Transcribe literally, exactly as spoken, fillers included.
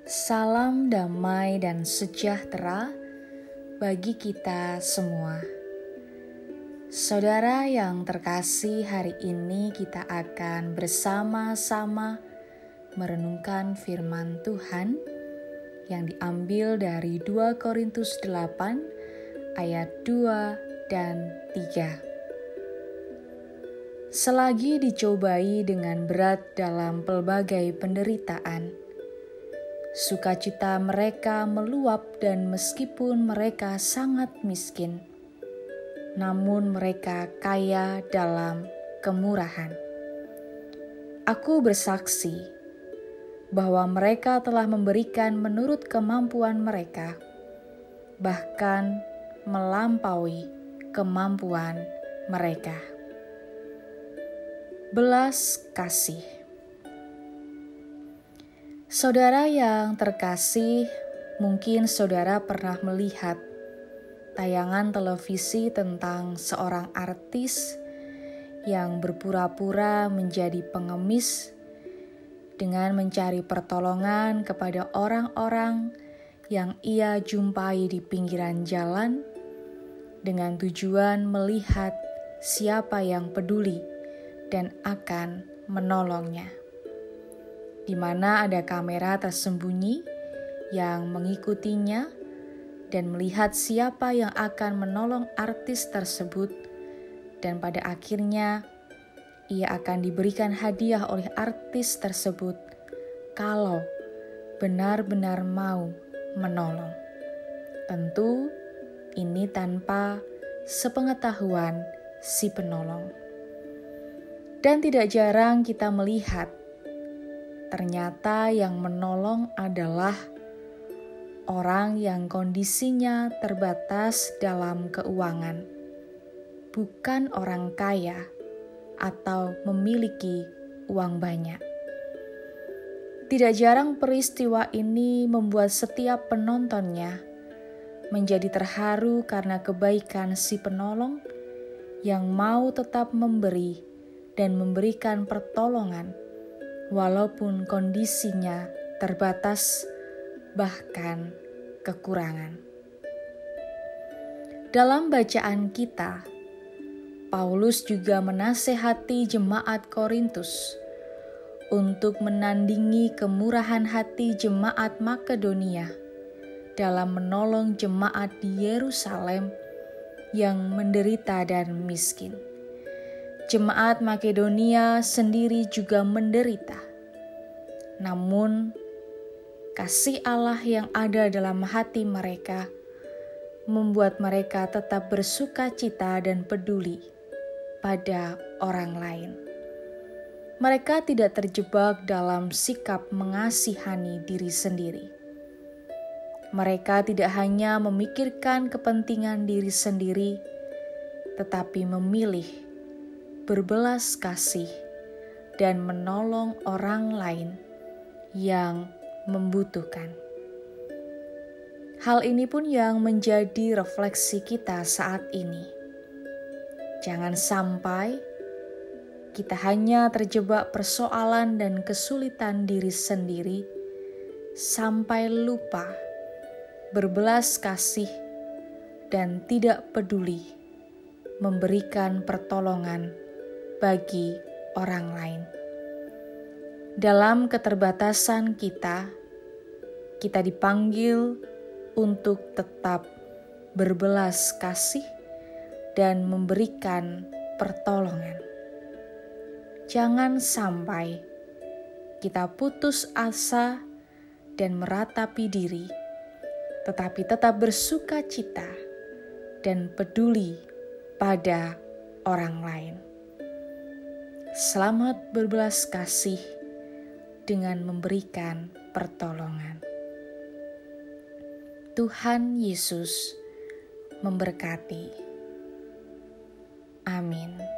Salam damai dan sejahtera bagi kita semua. Saudara yang terkasih, hari ini kita akan bersama-sama merenungkan firman Tuhan yang diambil dari dua Korintus delapan ayat dua dan tiga. Selagi dicobai dengan berat dalam pelbagai penderitaan, sukacita mereka meluap, dan meskipun mereka sangat miskin, namun mereka kaya dalam kemurahan. Aku bersaksi bahwa mereka telah memberikan menurut kemampuan mereka, bahkan melampaui kemampuan mereka. Belas kasih. Saudara yang terkasih, mungkin saudara pernah melihat tayangan televisi tentang seorang artis yang berpura-pura menjadi pengemis dengan mencari pertolongan kepada orang-orang yang ia jumpai di pinggiran jalan dengan tujuan melihat siapa yang peduli dan akan menolongnya, di mana ada kamera tersembunyi yang mengikutinya dan melihat siapa yang akan menolong artis tersebut, dan pada akhirnya ia akan diberikan hadiah oleh artis tersebut kalau benar-benar mau menolong. Tentu ini tanpa sepengetahuan si penolong. Dan tidak jarang kita melihat ternyata yang menolong adalah orang yang kondisinya terbatas dalam keuangan, bukan orang kaya atau memiliki uang banyak. Tidak jarang peristiwa ini membuat setiap penontonnya menjadi terharu karena kebaikan si penolong yang mau tetap memberi dan memberikan pertolongan walaupun kondisinya terbatas, bahkan kekurangan. Dalam bacaan kita, Paulus juga menasehati jemaat Korintus untuk menandingi kemurahan hati jemaat Makedonia dalam menolong jemaat di Yerusalem yang menderita dan miskin. Jemaat Makedonia sendiri juga menderita, namun kasih Allah yang ada dalam hati mereka membuat mereka tetap bersuka cita dan peduli pada orang lain. Mereka tidak terjebak dalam sikap mengasihani diri sendiri. Mereka tidak hanya memikirkan kepentingan diri sendiri, tetapi memilih berbelas kasih dan menolong orang lain yang membutuhkan. Hal ini pun yang menjadi refleksi kita saat ini. Jangan sampai kita hanya terjebak persoalan dan kesulitan diri sendiri sampai lupa berbelas kasih dan tidak peduli memberikan pertolongan bagi orang lain. Dalam keterbatasan kita, kita dipanggil untuk tetap berbelas kasih dan memberikan pertolongan. Jangan sampai kita putus asa dan meratapi diri, tetapi tetap bersuka cita dan peduli pada orang lain. Selamat berbelas kasih dengan memberikan pertolongan. Tuhan Yesus memberkati. Amin.